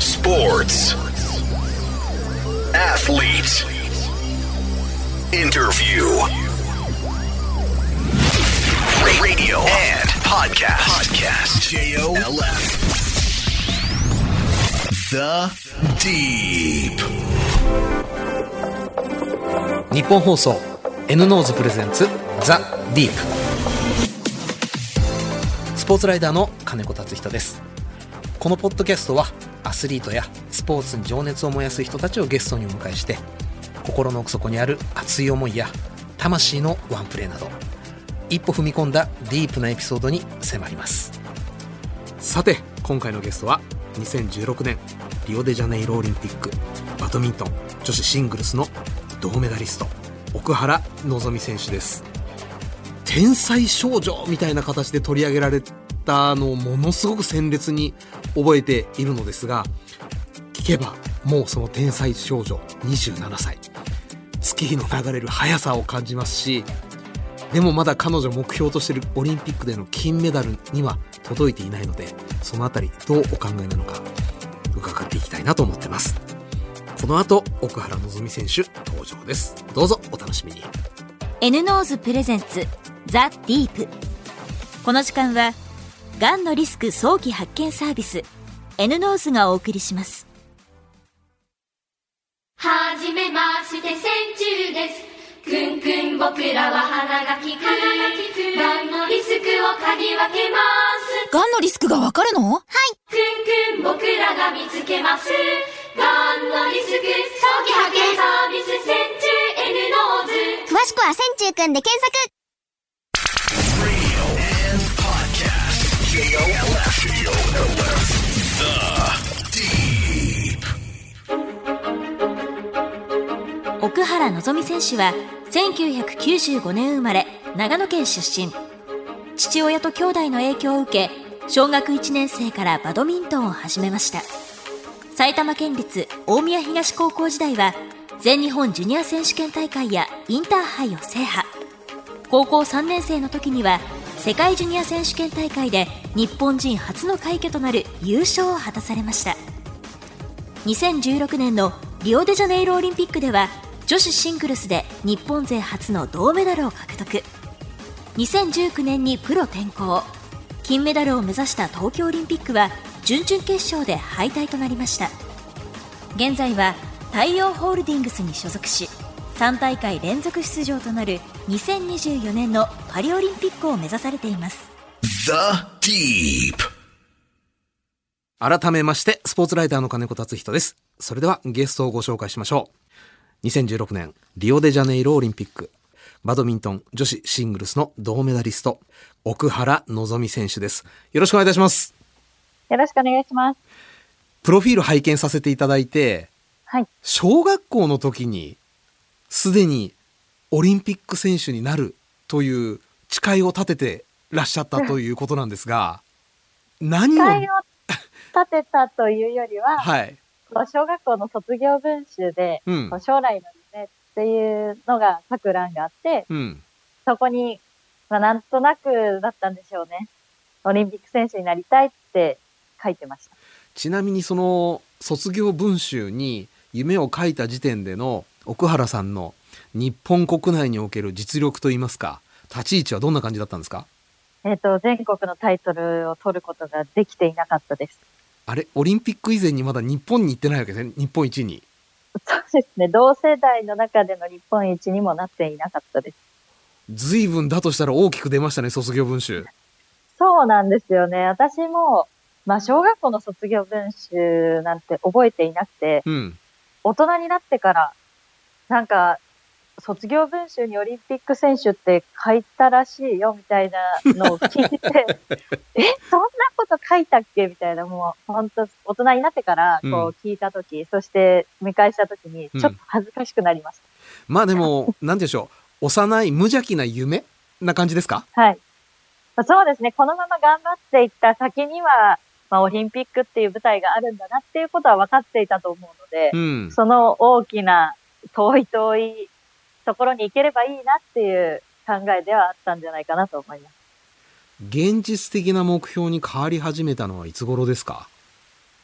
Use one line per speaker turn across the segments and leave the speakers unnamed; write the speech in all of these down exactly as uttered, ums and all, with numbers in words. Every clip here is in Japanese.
Sports, Athlete, Interview, Radio and Podcast, Podcast. ジェイオーエルエフ The Deep。
日本放送 N ノーズプレゼンツ The Deep。 スポーツライダーの金子達人です。このポッドキャストはアスリートやスポーツに情熱を燃やす人たちをゲストにお迎えして、心の奥底にある熱い思いや魂のワンプレーなど、一歩踏み込んだディープなエピソードに迫ります。さて今回のゲストはにせんじゅうろくねんリオデジャネイロオリンピックバドミントン女子シングルスの銅メダリスト、奥原希望選手です。天才少女みたいな形で取り上げられたのをものすごく鮮烈に覚えているのですが、聞けばもうその天才少女にじゅうななさい、月日の流れる速さを感じますし、でもまだ彼女目標としているオリンピックでの金メダルには届いていないので、そのあたりどうお考えなのか伺っていきたいなと思ってます。この後奥原希望選手登場です。どうぞお楽しみに。
N ノーズプレゼンツ The Deep。 この時間はがんのリスク早期発見サービス N ノーズがお送りします。
はじめまして千中です。くんくん僕らは鼻が利く。がんのリスクを嗅ぎ分けます。
がんのリスクがわかるの？はい。
くんくん僕らが見つけます。がんのリスク早期発見サービス千中 N ノーズ。
詳しくは千中くんで検索。
Radio and Podcast ジェイオーエルエフ The Deep。
奥原希望選手はせんきゅうひゃくきゅうじゅうごねん生まれ、長野県出身。父親と兄弟の影響を受け、小学いちねん生からバドミントンを始めました。埼玉県立大宮東高校時代は全日本ジュニア選手権大会やインターハイを制覇。高校さんねん生の時には世界ジュニア選手権大会で日本人初の快挙となる優勝を果たされました。にせんじゅうろくねんのリオデジャネイロオリンピックでは女子シングルスで日本勢初の銅メダルを獲得。にせんじゅうきゅうねんにプロ転向。金メダルを目指した東京オリンピックは準々決勝で敗退となりました。現在は太陽ホールディングスに所属し、さん大会連続出場となるにせんにじゅうよねんのパリオリンピックを目指されています。
The Deep。
改めましてスポーツライターの金子達人です。それではゲストをご紹介しましょう。にせんじゅうろくねんリオデジャネイロオリンピックバドミントン女子シングルスの銅メダリスト、奥原希望選手です。よろしくお願いいたします。
よろしくお願いします。
プロフィール拝見させていただいて、
はい、
小学校の時にすでにオリンピック選手になるという誓いを立ててらっしゃったということなんですが何を
誓いを立てたというよりは、
はい、
小学校の卒業文集で、
うん、
将来の夢っていうのが書く欄があって、うん、そこに、まあ、なんとなくだったんでしょうね。オリンピック選手になりたいって書いてました。
ちなみにその卒業文集に夢を書いた時点での奥原さんの日本国内における実力といいますか、立ち位置はどんな感じだったんですか？
えっと、全国のタイトルを取ることができていなかったです。
あれ、オリンピック以前にまだ日本に行ってないわけですね。日本一に。
そうですね。同世代の中での日本一にもなっていなかったです。
随分だとしたら大きく出ましたね、卒業文集。
そうなんですよね。私も、まあ、小学校の卒業文集なんて覚えていなくて、うん、大人になってから、なんか、卒業文集にオリンピック選手って書いたらしいよみたいなのを聞いて、え、そんなこと書いたっけみたいな、もう本当大人になってからこう聞いたとき、うん、そして見返したときにちょっと恥ずかしくなりました。
うん、まあでも、なんでしょう、幼い無邪気な夢な感じですか？
はい。そうですね。このまま頑張っていった先には、まあ、オリンピックっていう舞台があるんだなっていうことは分かっていたと思うので、うん、その大きな遠い遠いところに行ければいいなっていう考えではあったんじゃないかなと思います。
現実的な目標に変わり始めたのはいつ頃ですか？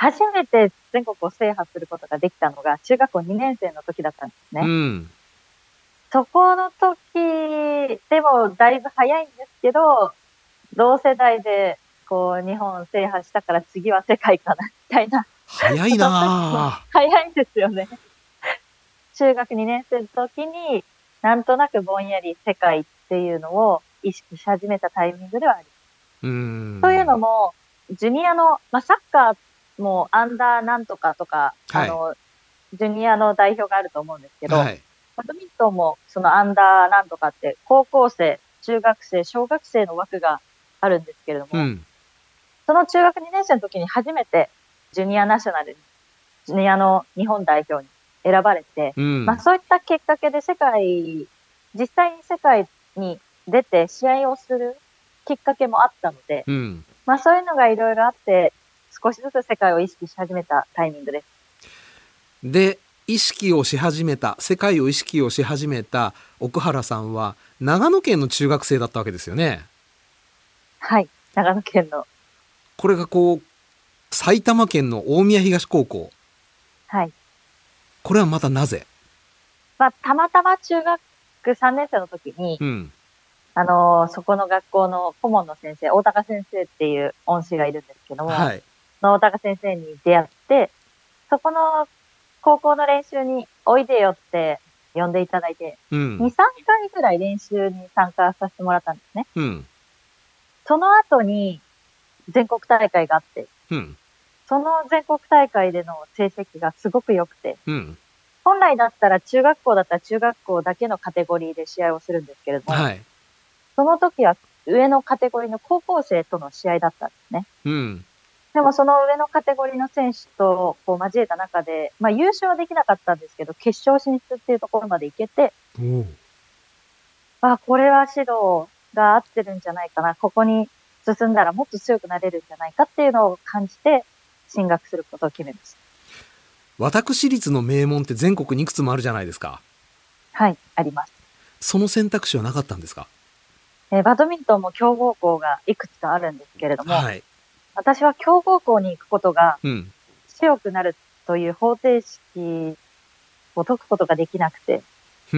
初めて全国を制覇することができたのが中学校にねん生の時だったんですね。
うん、
そこの時でもだいぶ早いんですけど、同世代でこう日本制覇したから次は世界かなみたいな。
早いな
早いんですよね。中学にねん生の時になんとなくぼんやり世界っていうのを意識し始めたタイミングではあります。
うーん。
というのも、ジュニアの、まあ、サッカーもアンダーなんとかとか、はい、あの、ジュニアの代表があると思うんですけど、はい、バドミントンもそのアンダーなんとかって高校生、中学生、小学生の枠があるんですけれども、うん、その中学にねん生の時に初めてジュニアナショナルに、ジュニアの日本代表に選ばれて、うん、まあそういったきっかけで世界、実際に世界に出て試合をするきっかけもあったので、うん、まあそういうのがいろいろあって、少しずつ世界を意識し始めたタイミングです。
で、意識をし始めた、世界を意識をし始めた奥原さんは、長野県の中学生だったわけですよね。
はい、長野県の。
これがこう、埼玉県の大宮東高校。
はい。
これはまたなぜ？
まあ、たまたま中学さんねん生の時に、うん、あのー、そこの学校の顧問の先生、大高先生っていう恩師がいるんですけども、はい、その大高先生に出会って、そこの高校の練習においでよって呼んでいただいて、うん、に、さんかいぐらい練習に参加させてもらったんですね。うん、その後に全国大会があって、うん、その全国大会での成績がすごく良くて、うん、本来だったら中学校だったら中学校だけのカテゴリーで試合をするんですけれども、はい、その時は上のカテゴリーの高校生との試合だったんですね。うん、でもその上のカテゴリーの選手とこう交えた中で、まあ優勝はできなかったんですけど、決勝進出っていうところまで行けて、あ、これは指導が合ってるんじゃないかな、ここに進んだらもっと強くなれるんじゃないかっていうのを感じて進学することを決めました。
私立の名門って全国にいくつもあるじゃないですか。
はい、あります。
その選択肢はなかったんですか？
えー、バドミントンも強豪校がいくつかあるんですけれども、はい、私は強豪校に行くことが強くなるという方程式を解くことができなくて、うん、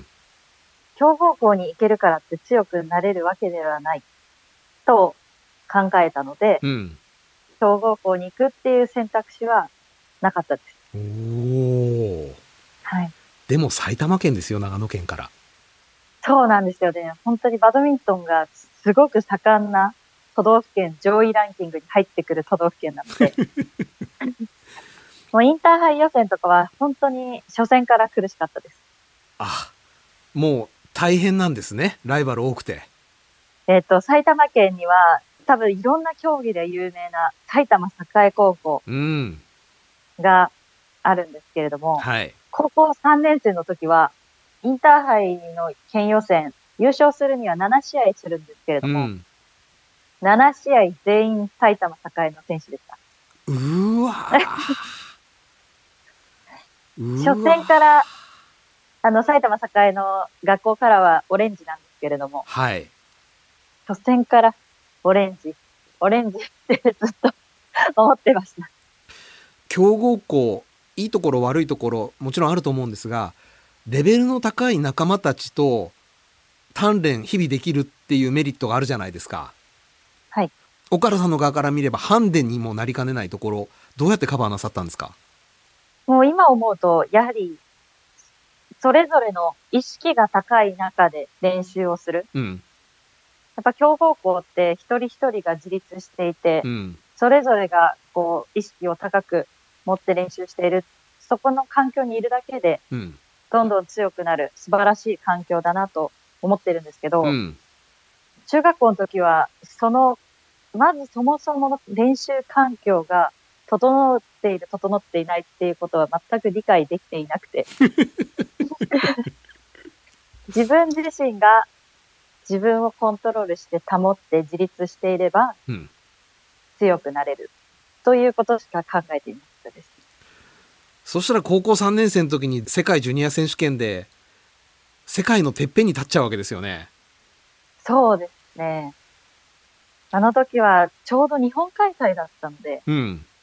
強豪校に行けるからって強くなれるわけではないと考えたので、うん、強豪校に行くっていう選択肢はなかったです。
おー、はい。でも埼玉県ですよ、長野県から。
そうなんですよね。本当にバドミントンがすごく盛んな都道府県上位ランキングに入ってくる都道府県なのでもうインターハイ予選とかは本当に初戦から苦しかったです。
あ、もう大変なんですね、ライバル多くて。
えっと埼玉県には多分いろんな競技で有名な埼玉栄高校があるんですけれども、うん、はい、高校さんねん生の時はインターハイの県予選優勝するにはなな試合するんですけれども、うん、なな試合全員埼玉栄の選手でした。
うーわ
ー初戦からあの埼玉栄の学校からはオレンジなんですけれども、はい、初戦からオレンジオレンジってずっと思ってました。
強豪校、いいところ悪いところもちろんあると思うんですが、レベルの高い仲間たちと鍛錬日々できるっていうメリットがあるじゃないですか。
はい。
岡原さんの側から見ればハンデにもなりかねないところ、どうやってカバーなさったんですか？
もう今思うとやはりそれぞれの意識が高い中で練習をする。うん、やっぱ強豪校って一人一人が自立していて、うん、それぞれがこう意識を高く持って練習している、そこの環境にいるだけで、うん、どんどん強くなる素晴らしい環境だなと思ってるんですけど、うん、中学校の時はそのまずそもそもの練習環境が整っている整っていないっていうことは全く理解できていなくて自分自身が自分をコントロールして保って自立していれば、うん、強くなれるということしか考えていなかったです。
そしたら高校さんねん生の時に世界ジュニア選手権で世界のてっぺんに立っちゃうわけですよね。
そうですね。あの時はちょうど日本開催だったので、うん、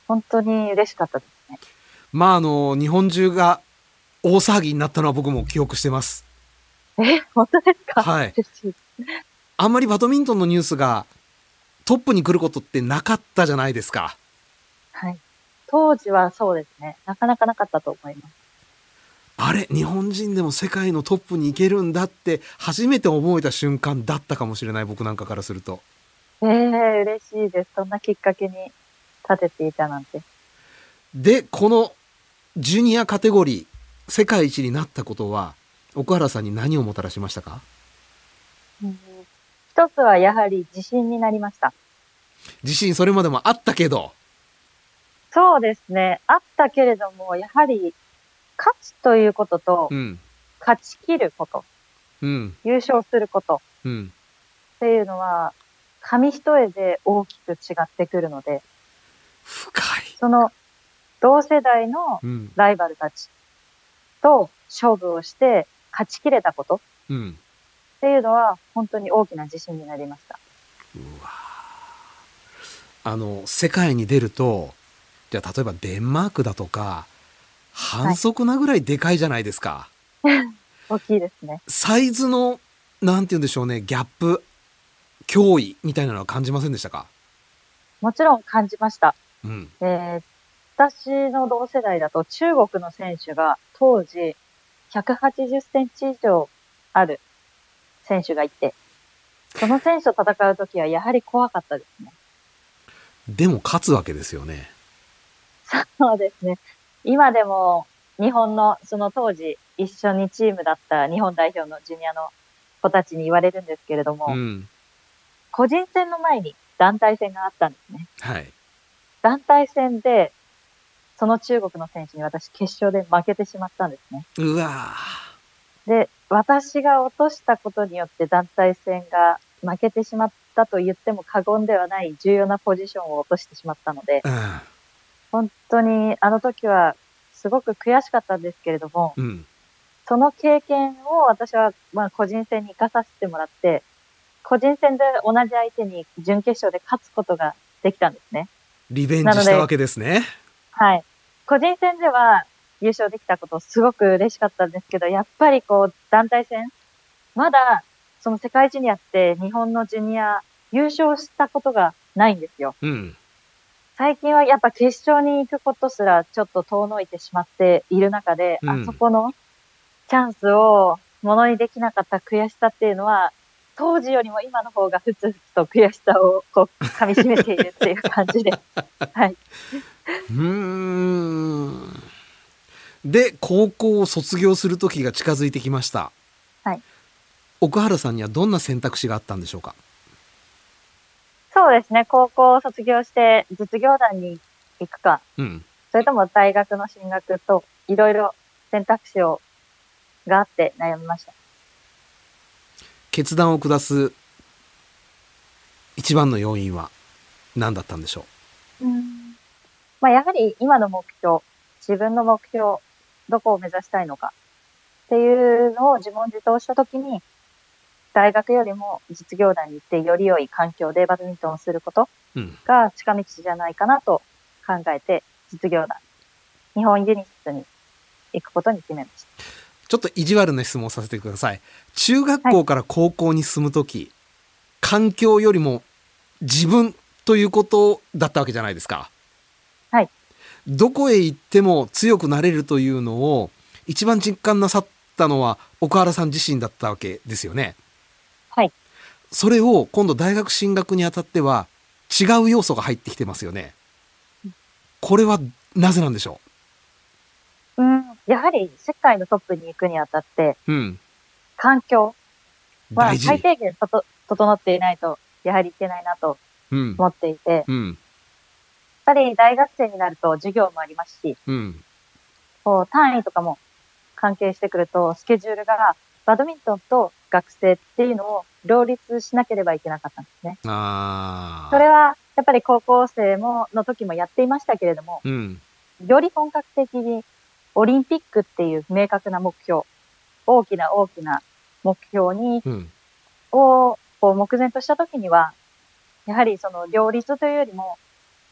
本当に嬉しかったですね。
まああの日本中が大騒ぎになったのは僕も記憶してます。
え、本当ですか？
はい。あんまりバドミントンのニュースがトップに来ることってなかったじゃないですか。
はい。当時はそうですね。なかなかなかったと思います。
あれ、日本人でも世界のトップに行けるんだって初めて思えた瞬間だったかもしれない、僕なんかからすると。
ええ、嬉しいです。そんなきっかけに立てていたなんて。
で、このジュニアカテゴリー世界一になったことは奥原さんに何をもたらしましたか？
うん、一つはやはり自信になりました。
自信それまでもあったけど。
そうですね。あったけれども、やはり勝つということと、うん、勝ち切ること、うん、優勝すること、うん、っていうのは紙一重で大きく違ってくるので、
深い。
その同世代のライバルたちと勝負をして勝ち切れたこと、うん、っていうのは本当に大きな自信になりました。
うわ、あの世界に出ると、じゃあ例えばデンマークだとか反則なぐらいでかいじゃないですか。
はい、大きいですね。
サイズのなんて言うんでしょうね、ギャップ、脅威みたいなのは感じませんでしたか？
もちろん感じました。
うん、
えー、私の同世代だと中国の選手が当時ひゃくはちじゅっセンチ以上ある選手がいて、その選手と戦うときはやはり怖かったですね。
でも勝つわけですよね。
そうですね。今でも日本のその当時一緒にチームだった日本代表のジュニアの子たちに言われるんですけれども、うん、個人戦の前に団体戦があったんですね。
はい。
団体戦でその中国の選手に私決勝で負けてしまったんですね。
うわ
ー。で、私が落としたことによって団体戦が負けてしまったと言っても過言ではない重要なポジションを落としてしまったので、うん、本当にあの時はすごく悔しかったんですけれども、うん、その経験を私はまあ個人戦に生かさせてもらって、個人戦で同じ相手に準決勝で勝つことができたんですね。
リベンジしたわけですね。
はい。個人戦では優勝できたことすごく嬉しかったんですけど、やっぱりこう団体戦、まだその世界ジュニアって日本のジュニア優勝したことがないんですよ。うん、最近はやっぱ決勝に行くことすらちょっと遠のいてしまっている中で、うん、あそこのチャンスをものにできなかった悔しさっていうのは、当時よりも今の方がふつふつと悔しさをこう噛み締めているっていう感じで。はい。
うーん。で、高校を卒業する時が近づいてきました。
はい。
奥原さんにはどんな選択肢があったんでしょうか？
そうですね。高校を卒業して実業団に行くか、うん、それとも大学の進学といろいろ選択肢をがあって悩みました。
決断を下す一番の要因は何だったんでしょう？
うん、まあ、やはり今の目標、自分の目標、どこを目指したいのかっていうのを自問自答したときに、大学よりも実業団に行ってより良い環境でバドミントンをすることが近道じゃないかなと考えて、実業団、日本ユニッツに行くことに決めました。
ちょっと意地悪な質問をさせてください。中学校から高校に進むとき、はい、環境よりも自分ということだったわけじゃないですか。
はい。
どこへ行っても強くなれるというのを一番実感なさったのは奥原さん自身だったわけですよね。
はい。
それを今度大学進学にあたっては違う要素が入ってきてますよね。これはなぜなんでしょ
う？うん、やはり世界のトップに行くにあたって、うん、環境は最低限とと整っていないとやはりいけないなと思っていて、うんうん、やっぱり大学生になると授業もありますし、うん、こう単位とかも関係してくるとスケジュールがバドミントンと学生っていうのを両立しなければいけなかったんですね。
あ、
それはやっぱり高校生もの時もやっていましたけれども、うん、より本格的にオリンピックっていう明確な目標、大きな大きな目標に、うん、をこう目前とした時には、やはりその両立というよりも、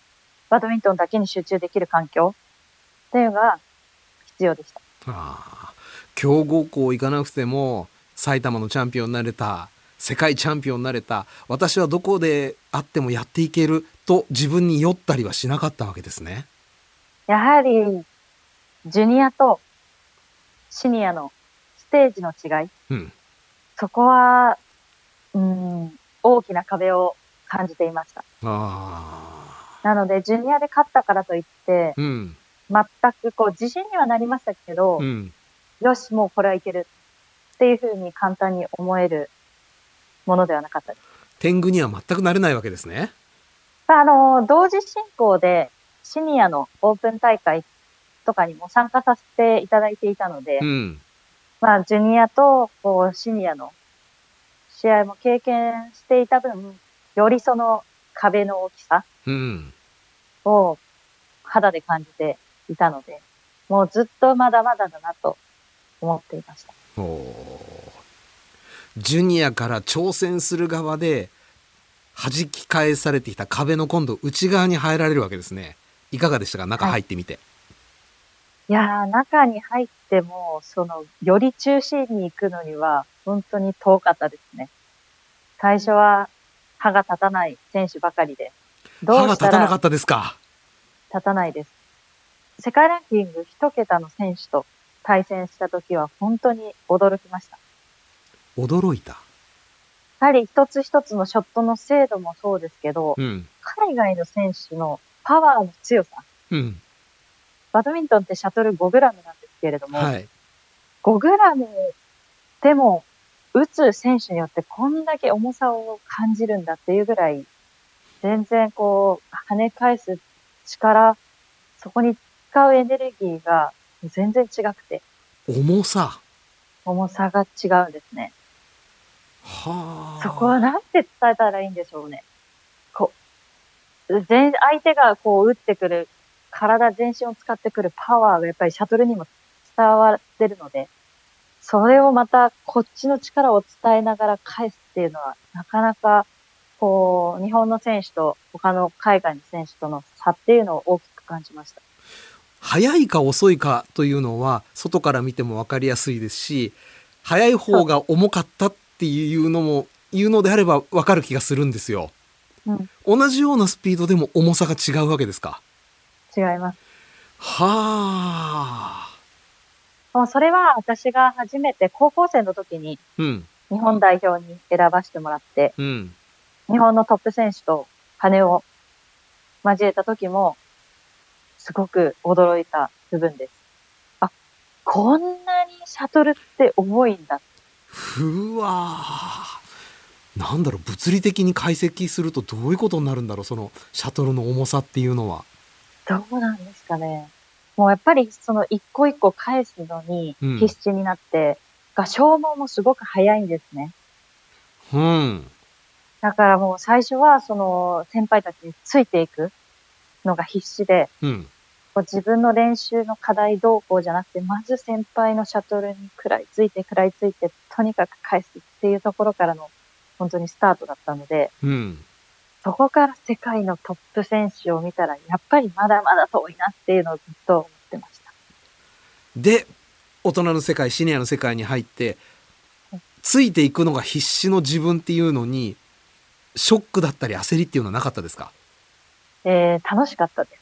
バドミントンだけに集中できる環境っていうのが必要でした。
ああ、強豪校行かなくても埼玉のチャンピオンになれた、世界チャンピオンになれた、私はどこであってもやっていけると自分に酔ったりはしなかったわけですね。
やはりジュニアとシニアのステージの違い、うん、そこはうん大きな壁を感じていました。あ、なのでジュニアで勝ったからといって、うん、全くこう自信にはなりましたけど、うん、よしもうこれはいけるっていうふうに簡単に思えるものではなかったです。
天狗には全くなれないわけですね。
あの同時進行でシニアのオープン大会とかにも参加させていただいていたので、うん、まあジュニアとこうシニアの試合も経験していた分、よりその壁の大きさを肌で感じていたので、もうずっとまだまだだなと思っていました。お、
ジュニアから挑戦する側で弾き返されてきた壁の今度内側に入られるわけですね。いかがでしたか、中入ってみて。はい、
いやー、中に入ってもそのより中心に行くのには本当に遠かったですね。最初は歯が立たない選手ばかりで、
どうしたら歯が立たなかったですか。
立たないです。世界ランキング一桁の選手と対戦した時は本当に驚きました。
驚いた。
やはり一つ一つのショットの精度もそうですけど、うん、海外の選手のパワーの強さ、うん、バドミントンってシャトル ごグラム なんですけれども、はい、ごグラム でも打つ選手によってこんだけ重さを感じるんだっていうぐらい、全然こう跳ね返す力、そこに使うエネルギーが全然違くて、
重さ
重さが違うんですね。はあ。そこはなんて伝えたらいいんでしょうね。こう全相手がこう打ってくる体全身を使ってくるパワーがやっぱりシャトルにも伝わってるので、それをまたこっちの力を伝えながら返すっていうのはなかなかこう日本の選手と他の海外の選手との差っていうのを大きく感じました。
速いか遅いかというのは外から見ても分かりやすいですし、速い方が重かったっていうのも言うのであれば分かる気がするんですよ。うん、同じようなスピードでも重さが違うわけですか。
違います。
はあ。
もうそれは私が初めて高校生の時に日本代表に選ばせてもらって、うん、日本のトップ選手と羽を交えた時もすごく驚いた部分です。あ、こんなにシャトルって重いんだ。
ふわー。なんだろう、物理的に解析するとどういうことになるんだろう、そのシャトルの重さっていうのは。
どうなんですかね。もうやっぱりその一個一個返すのに必死になって、うん、が消耗もすごく早いんですね。うん。だからもう最初はその先輩たちについていくのが必死で、うん、自分の練習の課題動向じゃなくて、まず先輩のシャトルに食らいついて食らいついて、とにかく返すっていうところからの本当にスタートだったので、うん、そこから世界のトップ選手を見たら、やっぱりまだまだ遠いなっていうのをずっと思ってました。
で、大人の世界、シニアの世界に入って、ついていくのが必死の自分っていうのに、ショックだったり焦りっていうのはなかったですか？
えー、楽しかったです。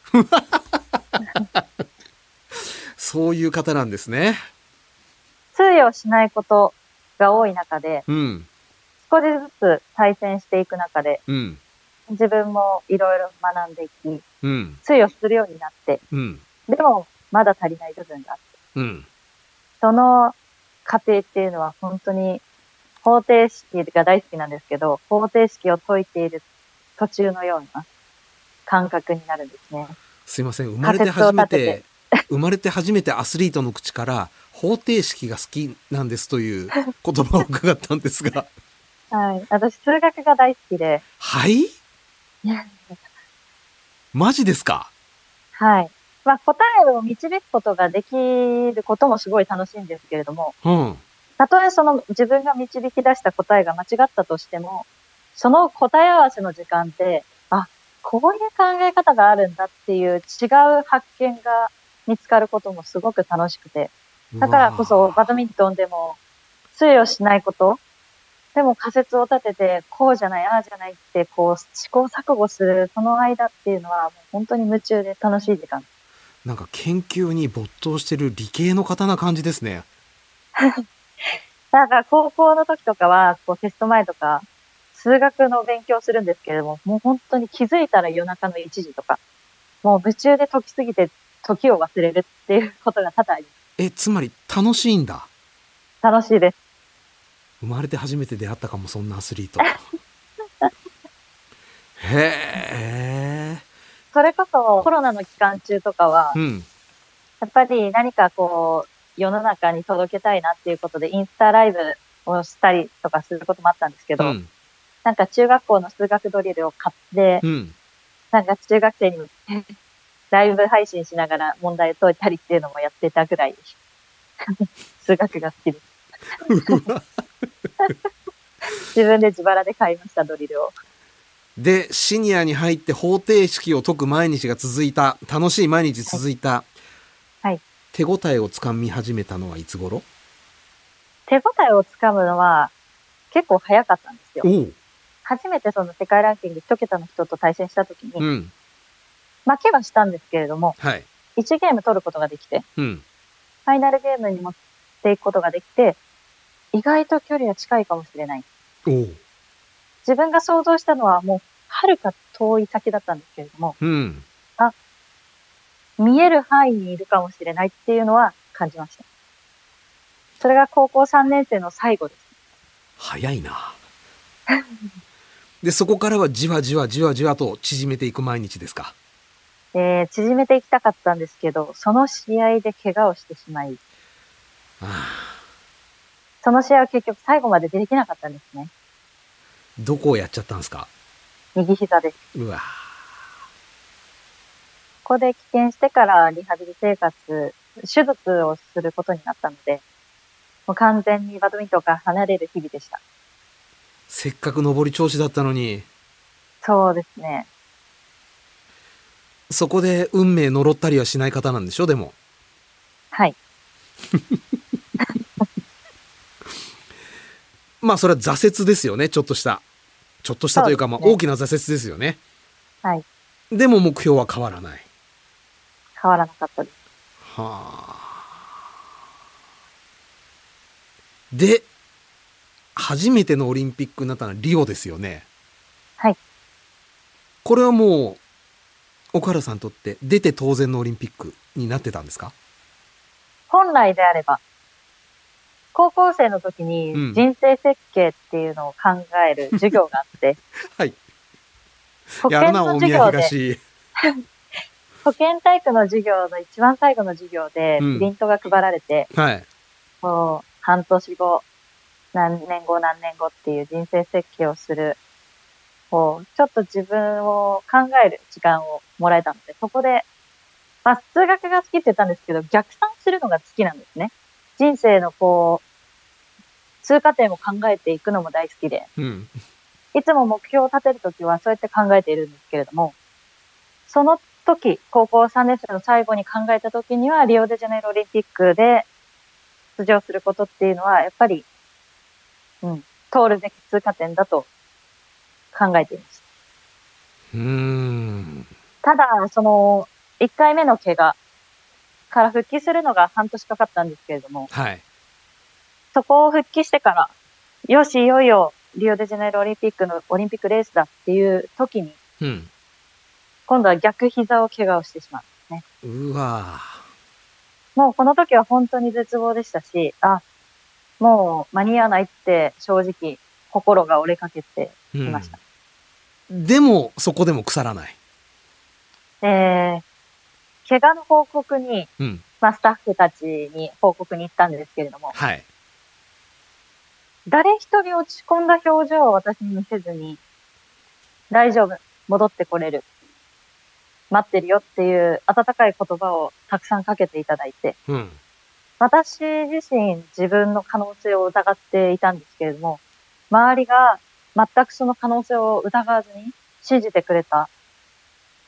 そういう方なんですね。
通用しないことが多い中で、うん、少しずつ対戦していく中で、うん、自分もいろいろ学んでいき、うん、通用するようになって、うん、でもまだ足りない部分があって、うん、その過程っていうのは本当に方程式が大好きなんですけど、方程式を解いている途中のような感覚になるんですね。
すいません、生まれて初めて生まれて初めてアスリートの口から方程式が好きなんですという言葉を伺ったんですが
はい、私数学が大好きで。
はい？いや、マジですか？
はい。まあ答えを導くことができることもすごい楽しいんですけれども、うん、たとえその自分が導き出した答えが間違ったとしても、その答え合わせの時間って、あ、 こういう考え方があるんだっていう違う発見が見つかることもすごく楽しくて。だからこそバドミントンでも通用しないこと、でも仮説を立ててこうじゃない、ああじゃないってこう試行錯誤するその間っていうのはもう本当に夢中で楽しい時間。
なんか研究に没頭してる理系の方な感じですね。
なんか高校の時とかはこうテスト前とか数学の勉強するんですけれども、もう本当に気づいたら夜中のいちじとか、もう夢中で解きすぎて時を忘れるっていうことが多々あります。
え、つまり楽しいんだ。
楽しいです。
生まれて初めて出会ったかも、そんなアスリート。へえ。
それこそコロナの期間中とかは、うん、やっぱり何かこう世の中に届けたいなっていうことでインスタライブをしたりとかすることもあったんですけど、うん、なんか中学校の数学ドリルを買って、うん、なんか中学生にライブ配信しながら問題を解いたりっていうのもやってたぐらい数学が好きです。自分で自腹で買いました、ドリルを。
で、シニアに入って方程式を解く毎日が続いた、楽しい毎日続いた。
はい。
手応えをつかみ始めたのはいつ頃？
手応えをつかむのは結構早かったんですよ。初めてその世界ランキング一桁の人と対戦したときに、うん、負けはしたんですけれども、
はい、
いちゲーム取ることができて、
うん、
ファイナルゲームに持っていくことができて、意外と距離は近いかもしれない。
お
自分が想像したのはもう遥か遠い先だったんですけれども、
うん、
あ、見える範囲にいるかもしれないっていうのは感じました。それが高校さんねん生の最後です。
早いな。で、そこからはじわじわじわじわと縮めていく毎日ですか？
えー、縮めていきたかったんですけど、その試合で怪我をしてしまい、
ああ、
その試合は結局最後までできなかったんですね。
どこをやっちゃったんですか？
右膝です。
うわ。
ここで棄権してからリハビリ生活、手術をすることになったので、もう完全にバドミントンから離れる日々でした。
せっかく上り調子だったのに。
そうですね。
そこで運命呪ったりはしない方なんでしょ、でも。
はい。
まあそれは挫折ですよね、ちょっとした。ちょっとしたというか、まあ大きな挫折ですよね。
はい。
でも目標は変わらない。
変わらなかったです。
はあ。で、初めてのオリンピックになったのはリオですよね。
はい。
これはもう奥原さんにとって出て当然のオリンピックになってたんですか？
本来であれば、高校生の時に人生設計っていうのを考える授業があって、
はい。
保健の授業で保健体育の授業の一番最後の授業でプリントが配られて、
うん、はい。
もう半年後、何年後何年後っていう人生設計をする、こうちょっと自分を考える時間をもらえたので、そこで、まあ数学が好きって言ったんですけど、逆算するのが好きなんですね。人生のこう、通過点を考えていくのも大好きで、
うん、
いつも目標を立てるときはそうやって考えているんですけれども、その時、高校さんねん生の最後に考えたときには、リオデジャネイロオリンピックで出場することっていうのは、やっぱり、うん、通るべき通過点だと考えていました。
うーん。
ただ、その、いっかいめの怪我から復帰するのが半年かかったんですけれども、
はい。
そこを復帰してから、よし、いよいよリオデジャネイロオリンピックのオリンピックレースだっていう時に、
うん、
今度は逆膝を怪我をしてしまうんですね。
うわ
ぁ。もうこの時は本当に絶望でしたし、あ、もう間に合わないって正直心が折れかけていました。
うん、でも、そこでも腐らない。
えー、怪我の報告に、
うん、
まあスタッフたちに報告に行ったんですけれども、
はい。
誰一人落ち込んだ表情を私に見せずに、大丈夫、戻ってこれる、待ってるよっていう温かい言葉をたくさんかけていただいて、
うん、
私自身自分の可能性を疑っていたんですけれども、周りが全くその可能性を疑わずに信じてくれた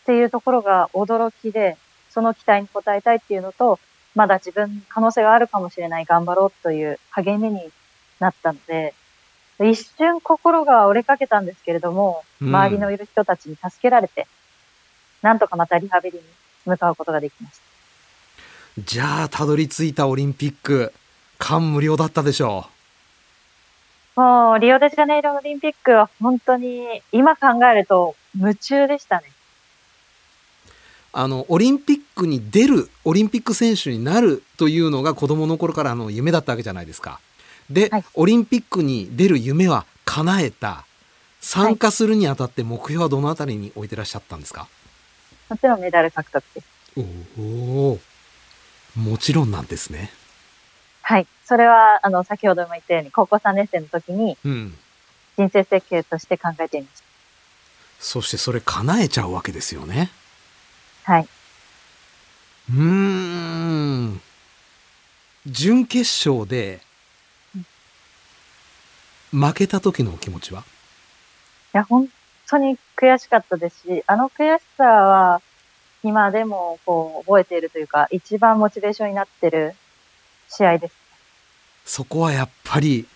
っていうところが驚きで、その期待に応えたいっていうのと、まだ自分可能性があるかもしれない、頑張ろうという励みになったので、一瞬心が折れかけたんですけれども、
うん
周りのいる人たちに助けられて、なんとかまたリハビリに向かうことができました。
じゃあたどり着いたオリンピック、感無量だったでしょ
もうリオデジャネイロオリンピックは本当に今考えると夢中でしたね。
あのオリンピックに出る、オリンピック選手になるというのが子どもの頃からの夢だったわけじゃないですか。で、
はい、
オリンピックに出る夢は叶えた。参加するにあたって目標はどのあたりに置いてらっしゃったんですか？
もちろんメダル獲得です。
おお、もちろんなんですね。
はい。それは、あの、先ほども言ったように、高校さんねん生の時に、人生設計として考えています。
うん、そしてそれ叶えちゃうわけですよね。
はい。
うーん。準決勝で、負けた時のお気持ちは？
いや、本当に悔しかったですし、あの悔しさは、今でも、こう、覚えているというか、一番モチベーションになってる試合です。
そこはやっぱり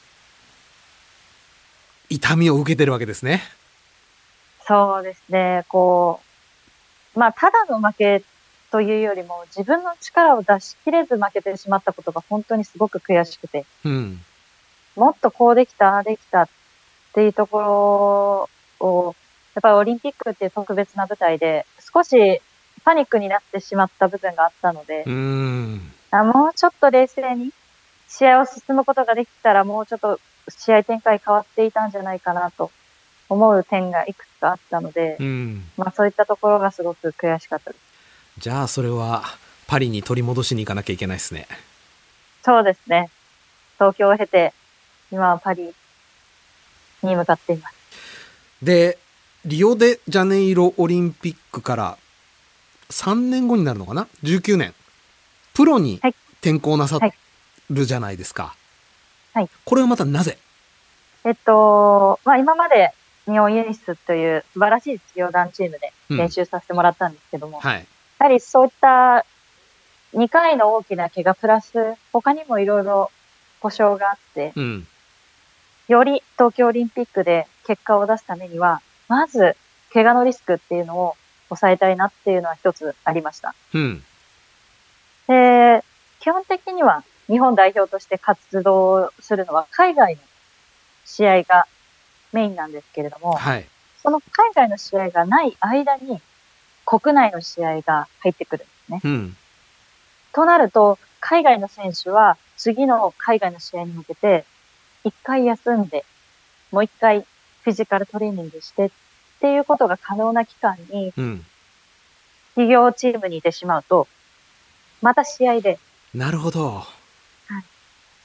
痛みを受けてるわけですね。
そうですね。こう、まあ、ただの負けというよりも、自分の力を出し切れず負けてしまったことが本当にすごく悔しくて、
うん、
もっとこうできた、ああできたっていうところを、やっぱりオリンピックっていう特別な舞台で、少しパニックになってしまった部分があったので、
うーん、
あもうちょっと冷静に試合を進むことができたら、もうちょっと試合展開変わっていたんじゃないかなと思う点がいくつかあったので、
うん、
まあそういったところがすごく悔しかったです。
じゃあそれはパリに取り戻しに行かなきゃいけないですね。
そうですね。東京を経て今はパリに向かっています。で、
リオデジャネイロオリンピックからさんねんごになるのかな、じゅうきゅうねんプロに転向なさるじゃないですか。
はい。
これはまたなぜ？
えっと、まあ今まで日本ユニスという素晴らしい実業団チームで練習させてもらったんですけども、
うん、はい。
やはりそういったにかいの大きな怪我プラス、他にもいろいろ故障があって、
うん、
より東京オリンピックで結果を出すためには、まず怪我のリスクっていうのを抑えたいなっていうのは一つありました。
うん、
で、基本的には日本代表として活動するのは海外の試合がメインなんですけれども、
はい、
その海外の試合がない間に国内の試合が入ってくるんですね。
うん、
となると、海外の選手は次の海外の試合に向けて一回休んで、もう一回フィジカルトレーニングしてっていうことが可能な期間に、企業チームにいてしまうと、また試合で、
なるほど。
はい、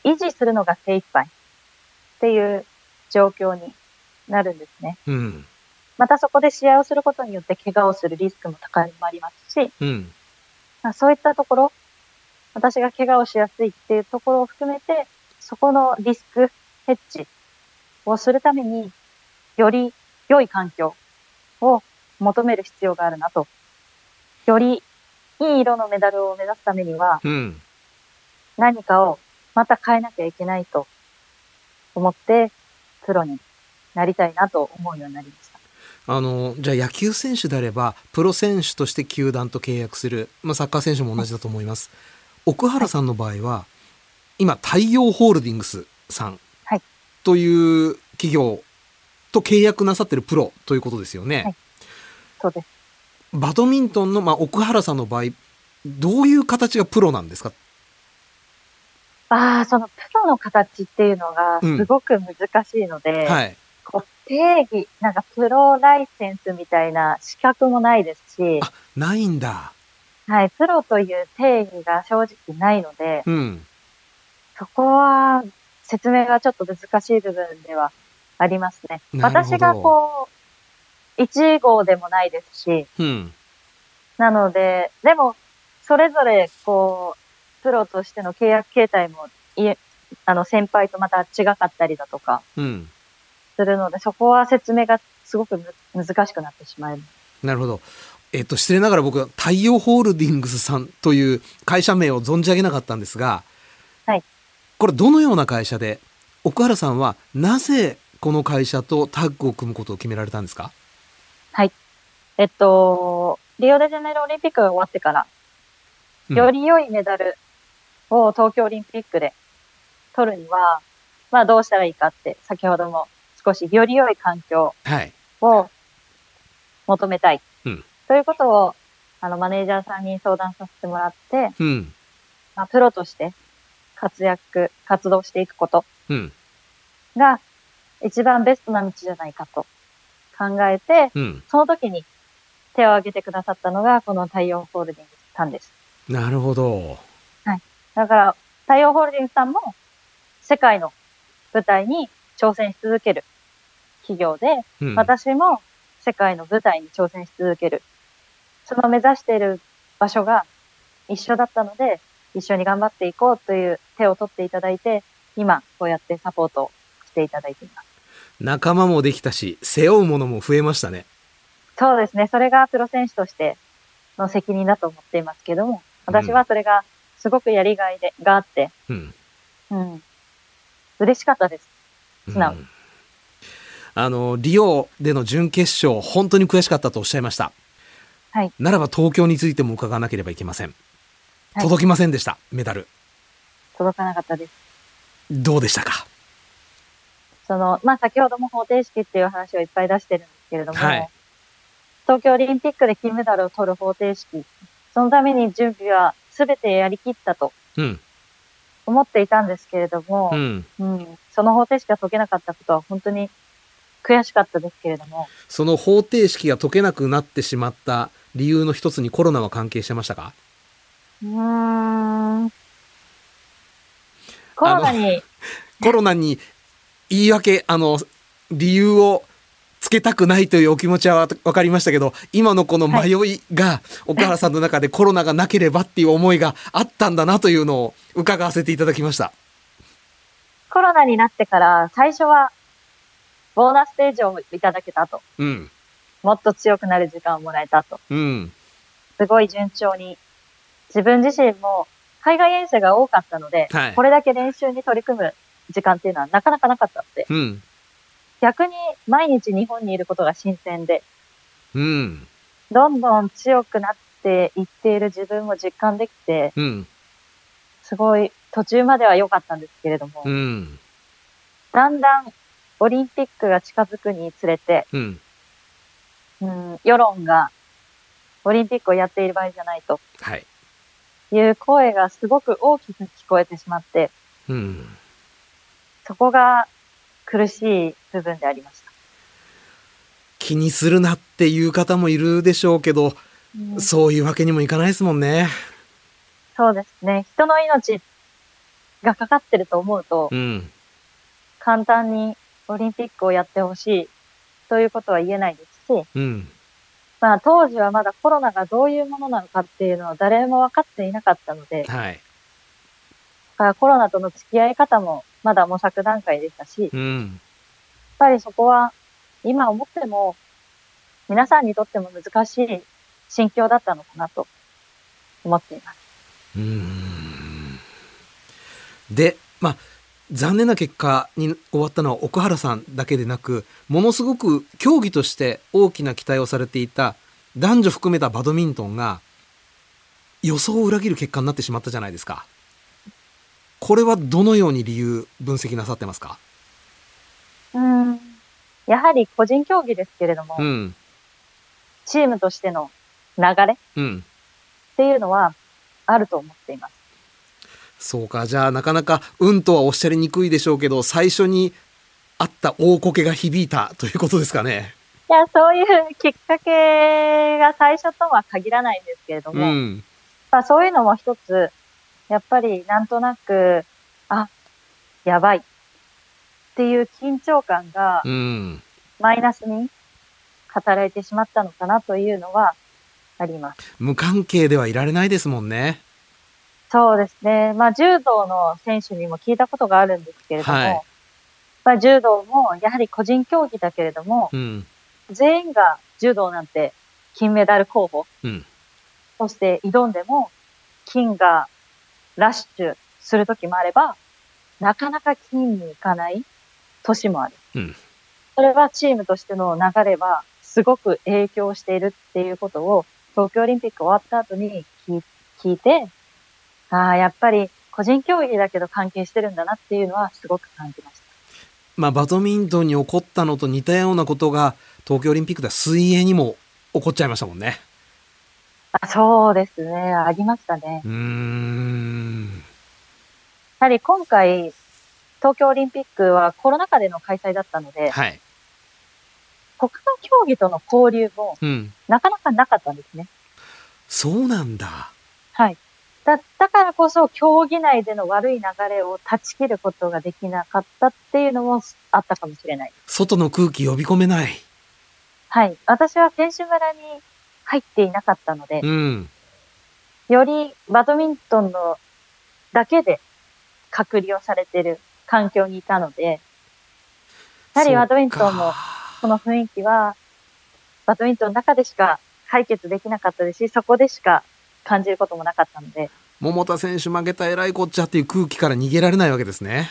維持するのが精一杯っていう状況になるんですね。
うん、
またそこで試合をすることによって怪我をするリスクも高まりますし、
うん、
そういったところ、私が怪我をしやすいっていうところを含めて、そこのリスクヘッジをするために、より良い環境を求める必要があるなと。よりいい色のメダルを目指すためには、
うん、
何かをまた変えなきゃいけないと思って、プロになりたいなと思うようになりました。
あの、じゃあ野球選手であれば、プロ選手として球団と契約する。まあ、サッカー選手も同じだと思います。はい、奥原さんの場合は、今、太陽ホールディングスさんという企業と契約なさってるプロということですよね。
はい、そうです。
バドミントンの、まあ、奥原さんの場合、どういう形がプロなんですか？
ああ、そのプロの形っていうのがすごく難しいので、うん、はい、こう定義、なんかプロライセンスみたいな資格もないですし、
あ、ないんだ。
はい、プロという定義が正直ないので、
うん、
そこは説明がちょっと難しい部分ではありますね。私がこう、いち号でもないですし、
うん、
なので、でも、それぞれこう、プロとしての契約形態も、いえ、あの、先輩とまた違かったりだとか、するので、うん、そこは説明がすごくむ難しくなってしまう。
なるほど。 えっと、失礼ながら僕は太陽ホールディングスさんという会社名を存じ上げなかったんですが、
はい。
これどのような会社で、奥原さんはなぜこの会社とタッグを組むことを決められたんですか？
はい。えっと、リオデジャネイロオリンピックが終わってから、
うん
より良いメダルを東京オリンピックで取るには、まあどうしたらいいかって、先ほども少しより良い環境
はい。
を求めたい。
うん
ということを、あの、マネージャーさんに相談させてもらって、
うん。
まあ、プロとして活躍、活動していくこと
うん。
が一番ベストな道じゃないかと考えて、
うん。
その時に手を挙げてくださったのがこの太陽ホールディングスさんです。
なるほど。
だから、太陽ホールディングスさんも世界の舞台に挑戦し続ける企業で、
うん。
私も世界の舞台に挑戦し続ける。その目指している場所が一緒だったので、一緒に頑張っていこうという手を取っていただいて、今こうやってサポートをしていただいています。
仲間もできたし、背負うものも増えましたね。
そうですね。それがプロ選手としての責任だと思っていますけども、私はそれがすごくやりがいでがあって、
うん。
うん、嬉しかったです。素直に。
うんあの、リオでの準決勝、本当に悔しかったとおっしゃいました。
はい。
ならば東京についても伺わなければいけません。
はい
届きませんでした、メダル。
届かなかったです。
どうでしたか？
その、まあ、先ほども方程式っていう話をいっぱい出してるんですけれども、
はい
東京オリンピックで金メダルを取る方程式、そのために準備は全てやりきったと
うん。
思っていたんですけれども、
うん。
うん、その方程式が解けなかったことは本当に悔しかったですけれども、
その方程式が解けなくなってしまった理由の一つにコロナは関係してましたか？
うーん、コロナに、
コロナに言い訳、あの、理由をつけたくないというお気持ちは分かりましたけど、今のこの迷いが、岡原さんの中でコロナがなければっていう思いがあったんだなというのを伺わせていただきました。
コロナになってから最初はボーナスステージをいただけたと。
うん。
もっと強くなる時間をもらえたと。
うん。
すごい順調に。自分自身も海外遠征が多かったので、
はい
これだけ練習に取り組む時間っていうのはなかなかなかったので、
うん。
逆に毎日日本にいることが新鮮で、
うん。
どんどん強くなっていっている自分を実感できて、
うん。
すごい途中までは良かったんですけれども、
うん。
だんだんオリンピックが近づくにつれて、
うん。
うん、世論がオリンピックをやっている場合じゃないと
はい。
いう声がすごく大きく聞こえてしまって、
うん。
そこが苦しい部分でありました。
気にするなっていう方もいるでしょうけど、
うん、
そういうわけにもいかないですもんね。
そうですね。人の命がかかってると思うと、
うん。
簡単にオリンピックをやってほしいということは言えないですし、
うん。
まあ当時はまだコロナがどういうものなのかっていうのは誰も分かっていなかったので、
はい。
だからコロナとの付き合い方もまだ模索段階でしたし、やっ
うん。
ぱりそこは今思っても皆さんにとっても難しい心境だったのかなと思っています。
うーん。で、まあ、残念な結果に終わったのは奥原さんだけでなく、ものすごく競技として大きな期待をされていた男女含めたバドミントンが予想を裏切る結果になってしまったじゃないですか。これはどのように理由分析なさってますか？
うーん。やはり個人競技ですけれども、
うん。
チームとしての流れっ
うん。
ていうのはあると思っています。
そうか。じゃあなかなか運とはおっしゃりにくいでしょうけど、最初にあった大こけが響いたということですかね。
いや、そういうきっかけが最初とは限らないんですけれども、
うん。
まあそういうのも一つ、やっぱりなんとなく、あ、やばいっていう緊張感が
うん。
マイナスに働いてしまったのかなというのはあります。
無関係ではいられないですもんね。
そうですね。まあ柔道の選手にも聞いたことがあるんですけれども、
はい
まあ柔道もやはり個人競技だけれども、
うん。
全員が柔道なんて金メダル候補、
うん、
そして挑んでも金がラッシュする時もあれば、なかなか金に行かない年もある。
うん、
それはチームとしての流れはすごく影響しているっていうことを東京オリンピック終わった後に聞い、聞いて、ああ、やっぱり個人競技だけど関係してるんだなっていうのはすごく感じました。
まあ、バドミントンに起こったのと似たようなことが東京オリンピックでは水泳にも起こっちゃいましたもんね。
あ、そうですね。ありましたね。
うーん。
やはり今回、東京オリンピックはコロナ禍での開催だったので、
はい。
他の競技との交流も、
うん。
なかなかなかったんですね。
そうなんだ。
はい。だ、だからこそ、競技内での悪い流れを断ち切ることができなかったっていうのもあったかもしれない。
外の空気呼び込めない。
はい。私は選手村に入っていなかったので、
うん。
よりバドミントンのだけで隔離をされている環境にいたので、やはりバドミントンもこの雰囲気はバドミントンの中でしか解決できなかったですし、そこでしか感じることもなかったので。
桃田選手負けたえらいこっちゃっていう空気から逃げられないわけですね。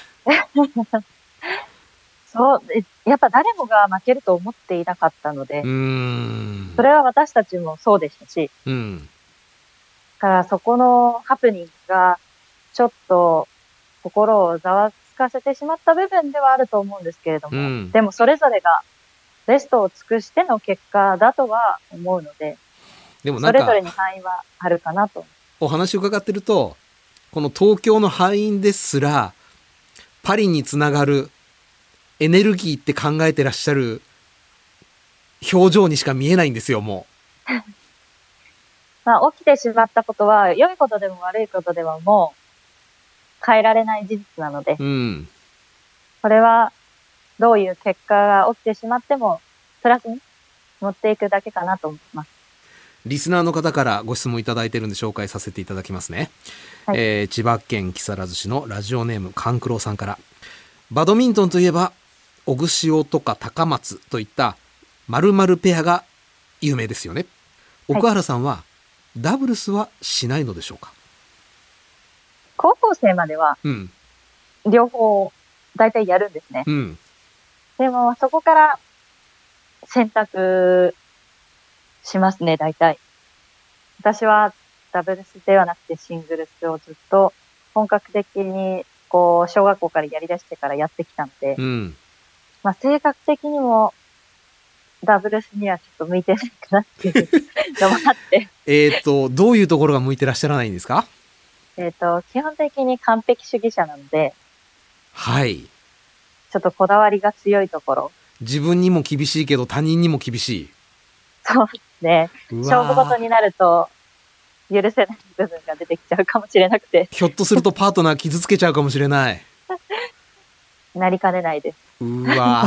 そう、やっぱ誰もが負けると思っていなかったので、
うーん、
それは私たちもそうでしたし、
うん、
だからそこのハプニングがちょっと心をざわつかせてしまった部分ではあると思うんですけれども、うん、でもそれぞれがベストを尽くしての結果だとは思うので、でもなんかそれぞれに範囲はあるかなと。
お話を伺ってると、この東京の敗因ですらパリにつながるエネルギーって考えてらっしゃる表情にしか見えないんですよ、もう。
まあ、起きてしまったことは良いことでも悪いことでももう変えられない事実なので、
うん、
これはどういう結果が起きてしまってもプラスに持っていくだけかなと思います。
リスナーの方からご質問いただいているんで紹介させていただきますね。はい、えー、千葉県木更津市のラジオネーム勘九郎さんから、バドミントンといえば小串とか高松といった〇〇ペアが有名ですよね。奥原さんはダブルスはしないのでしょうか？
高校生までは両方大体やるんですね。
うん、
でもそこから選択しますね、大体。私はダブルスではなくてシングルスをずっと本格的にこう小学校からやり出してからやってきたので、
うん、
まあ性格的にもダブルスにはちょっと向いてないかなっていうのもあって。
えっと、どういうところが向いてらっしゃらないんですか？
えっと、基本的に完璧主義者なので、
はい。
ちょっとこだわりが強いところ。
自分にも厳しいけど他人にも厳しい。
そうですね。勝負事になると許せない部分が出てきちゃうかもしれなくて。
ひょっとするとパートナー傷つけちゃうかもしれない。
なりかねないです。
うわ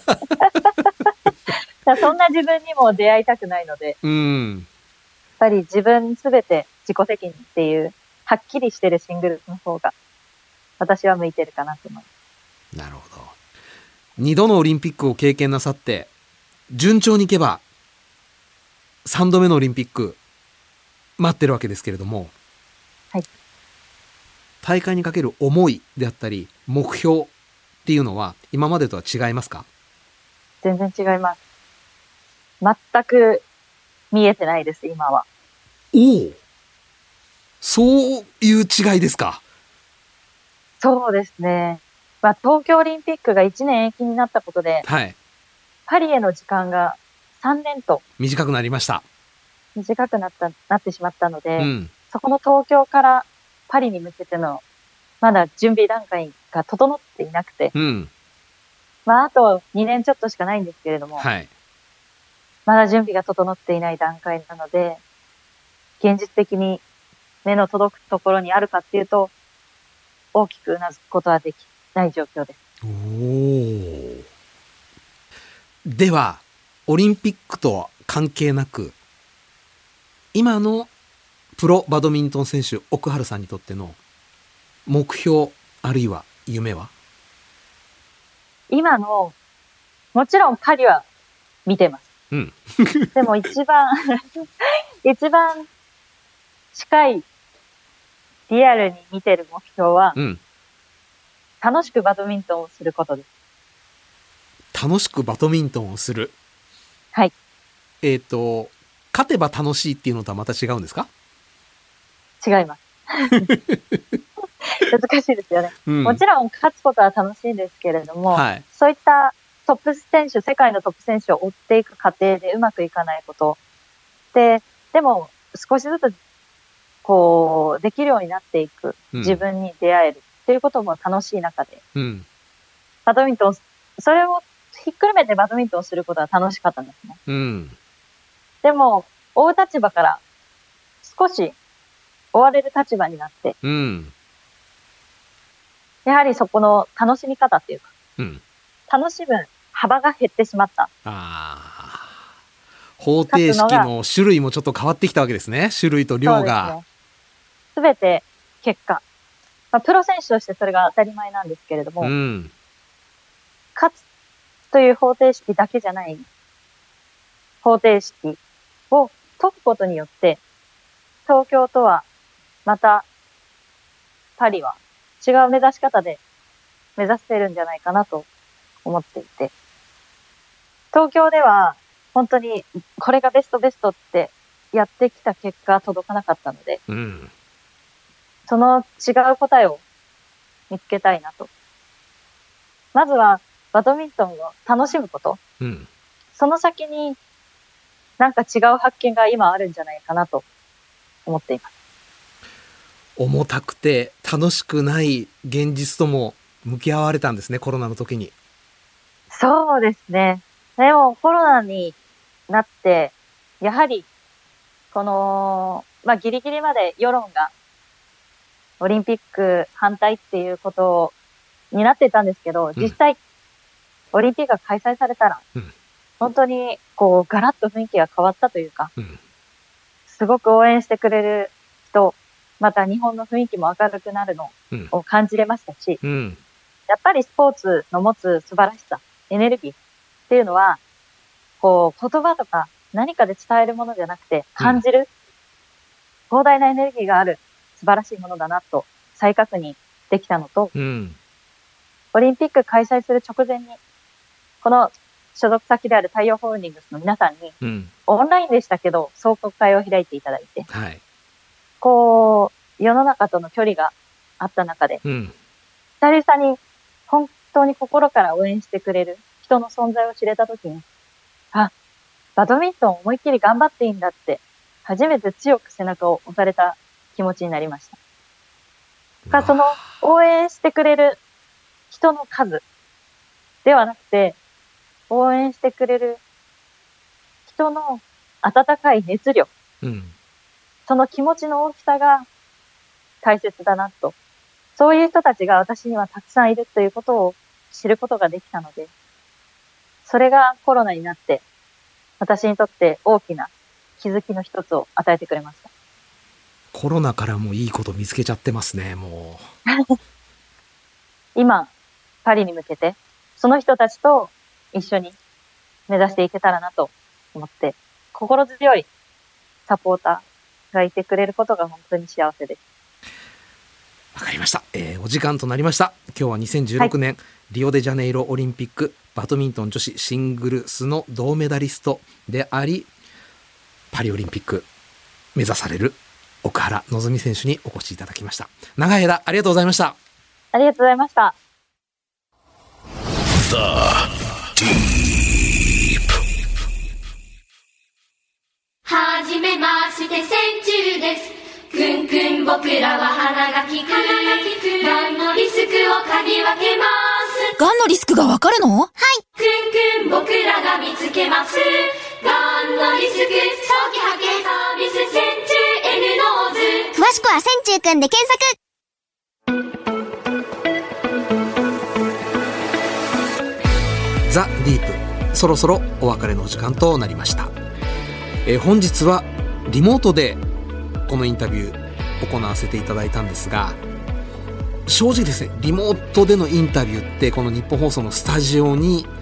そんな自分にも出会いたくないので、
うん、
やっぱり自分すべて自己責任っていうはっきりしてるシングルの方が私は向いてるかなと思います。
なるほど。にどのオリンピックを経験なさって順調にいけばさんどめのオリンピック待ってるわけですけれども、
はい、
大会にかける思いであったり目標っていうのは今までとは違いますか？
全然違います。全く見えてないです、今は。
おお、そういう違いですか？
そうですね。まあ、東京オリンピックがいちねん延期になったことで、
はい、
パリへの時間がさんねんと
短くなりました。
短くなった、なってしまったので、
うん、
そこの東京からパリに向けてのまだ準備段階が整っていなくて、
うん、
まあ、あとにねんちょっとしかないんですけれども、
はい、
まだ準備が整っていない段階なので、現実的に目の届くところにあるかっていうと、大きくうなずくことはできない状況です。
おー。では、オリンピックとは関係なく、今のプロバドミントン選手、奥原さんにとっての目標あるいは夢は？
今の、もちろんパリは見てます。
うん、
でも一番一番近いリアルに見てる目標は、うん、楽しくバドミントンをすることです。
楽しくバドミントンをする。
はい。
えっと勝てば楽しいっていうのとはまた違うんですか？
違います。難しいですよね、うん。もちろん勝つことは楽しいんですけれども、はい、そういったトップ選手、世界のトップ選手を追っていく過程でうまくいかないことで、でも少しずつこうできるようになっていく自分に出会えるっていうことも楽しい中で、うん、バドミントン、それをひっくるめてバドミントンをすることは楽しかったんですね。うん、でも追う立場から少し追われる立場になって、うん、やはりそこの楽しみ方っていうか、うん、楽しむ幅が減ってしまった。
あ、方程式の種類もちょっと変わってきたわけですね。種類と量が。
すべて結果、まあ、プロ選手としてそれが当たり前なんですけれども、うん、勝つという方程式だけじゃない方程式を解くことによって、東京とはまたパリは違う目指し方で目指してるんじゃないかなと思っていて、東京では本当にこれがベストベストってやってきた結果届かなかったので、うん、その違う答えを見つけたいなと。まずはバドミントンを楽しむこと、うん、その先になんか違う発見が今あるんじゃないかなと思っています。
重たくて楽しくない現実とも向き合われたんですね、コロナの時に。
そうですね。でもコロナになって、やはり、この、まあ、ギリギリまで世論がオリンピック反対っていうことになってたんですけど、実際、うん、オリンピックが開催されたら、うん、本当にこうガラッと雰囲気が変わったというか、うん、すごく応援してくれる人、また日本の雰囲気も明るくなるのを感じれましたし、うん、やっぱりスポーツの持つ素晴らしさ、エネルギーっていうのは、こう言葉とか何かで伝えるものじゃなくて感じる、うん、膨大なエネルギーがある素晴らしいものだなと再確認できたのと、うん、オリンピック開催する直前に、この所属先である太陽ホールディングスの皆さんに、うん、オンラインでしたけど、壮行会を開いていただいて、はい、こう、世の中との距離があった中で、うん、久々に本当に心から応援してくれる人の存在を知れたときに、あ、バドミントン思いっきり頑張っていいんだって、初めて強く背中を押された気持ちになりました。その応援してくれる人の数ではなくて、応援してくれる人の温かい熱量、うん、その気持ちの大きさが大切だなと、そういう人たちが私にはたくさんいるということを知ることができたので、それがコロナになって私にとって大きな気づきの一つを与えてくれました。
コロナからもいいこと見つけちゃってますね、も
う。今、パリに向けて、その人たちと一緒に目指していけたらなと思って、心強いサポーターがいてくれることが本当に幸せです。
わかりました、えー、お時間となりました。今日はにせんじゅうろくねん、はい、リオデジャネイロオリンピックバドミントン女子シングルスの銅メダリストであり、パリオリンピック目指される奥原希望選手にお越しいただきました。長い間ありがとうございました。
ありがとうございました。
The Deep
はじめまして千中です。くんくん僕らは鼻が利く。がんのリスクを嗅ぎ分けます。
がんのリスクがわかるの？はい。
くんくん僕らが見つけます。がんのリスク早期発見サービス千中 N ノーズ。
詳しくは千中くんで検索。
ザ・ディープ、そろそろお別れの時間となりました。えー、本日はリモートでこのインタビュー行わせていただいたんですが、正直ですね、リモートでのインタビューってこの日本放送のスタジオに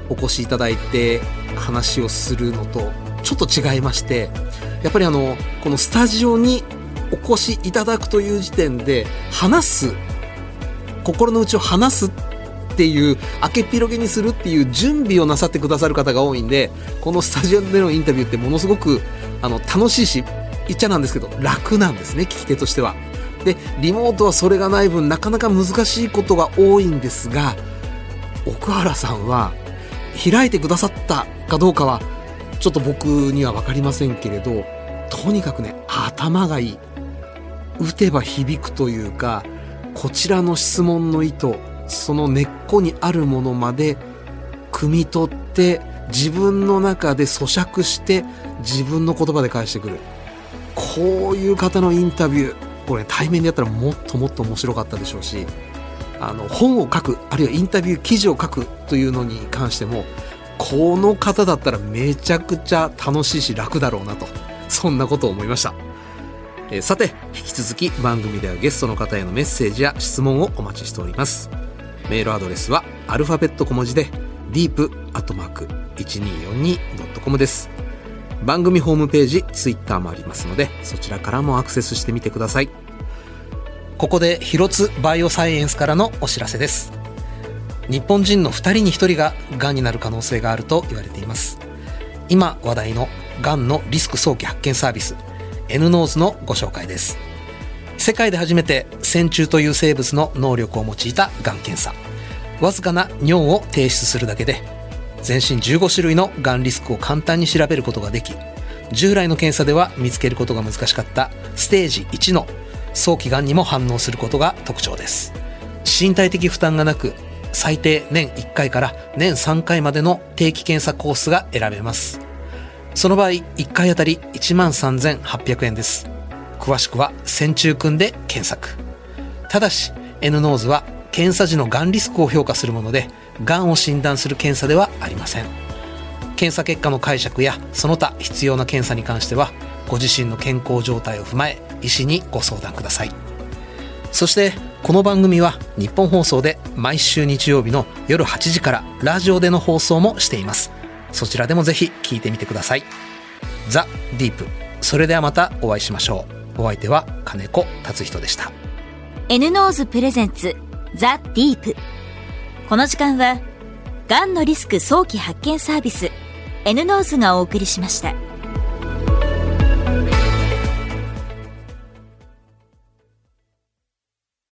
お越しいただいて話をするのとちょっと違いまして、やっぱりあのこのスタジオにお越しいただくという時点で話す、心の内を話すっていう明けっぴろげにするっていう準備をなさってくださる方が多いんで、このスタジオでのインタビューってものすごくあの楽しいし、言っちゃなんですけど楽なんですね、聞き手としては。でリモートはそれがない分なかなか難しいことが多いんですが、奥原さんは開いてくださったかどうかはちょっと僕には分かりませんけれど、とにかくね頭がいい、打てば響くというか、こちらの質問の意図、その根っこにあるものまで汲み取って自分の中で咀嚼して自分の言葉で返してくる、こういう方のインタビュー、これ、ね、対面でやったらもっともっと面白かったでしょうし、あの本を書く、あるいはインタビュー記事を書くというのに関してもこの方だったらめちゃくちゃ楽しいし楽だろうなと、そんなことを思いました。えー、さて引き続き番組ではゲストの方へのメッセージや質問をお待ちしております。メールアドレスはアルファベット小文字で ディープ アットマーク いちにーよんに ドットコム です。番組ホームページ、ツイッターもありますのでそちらからもアクセスしてみてください。ここで広津バイオサイエンスからのお知らせです。日本人のふたりにひとりががんになる可能性があると言われています。今話題のがんのリスク早期発見サービス エヌノーズ のご紹介です。世界で初めて線虫という生物の能力を用いたがん検査、わずかな尿を提出するだけで全身じゅうごしゅるいのがんリスクを簡単に調べることができ、従来の検査では見つけることが難しかったステージいちの早期がんにも反応することが特徴です。身体的負担がなく、最低年いっかいから年さんかいまでの定期検査コースが選べます。その場合いっかいあたりいちまんさんぜんはっぴゃくえんです。詳しくは線虫くんで検索。ただし エヌノーズ は検査時のがんリスクを評価するもので、がんを診断する検査ではありません。検査結果の解釈やその他必要な検査に関してはご自身の健康状態を踏まえ医師にご相談ください。そしてこの番組は日本放送で毎週日曜日の夜はちじからラジオでの放送もしています。そちらでもぜひ聞いてみてください。ザ・ディープ、それではまたお会いしましょう。お相手は金子達人でした。
エヌノーズ プレゼンツザ・ディープ。この時間はがんのリスク早期発見サービス エヌノーズ がお送りしました。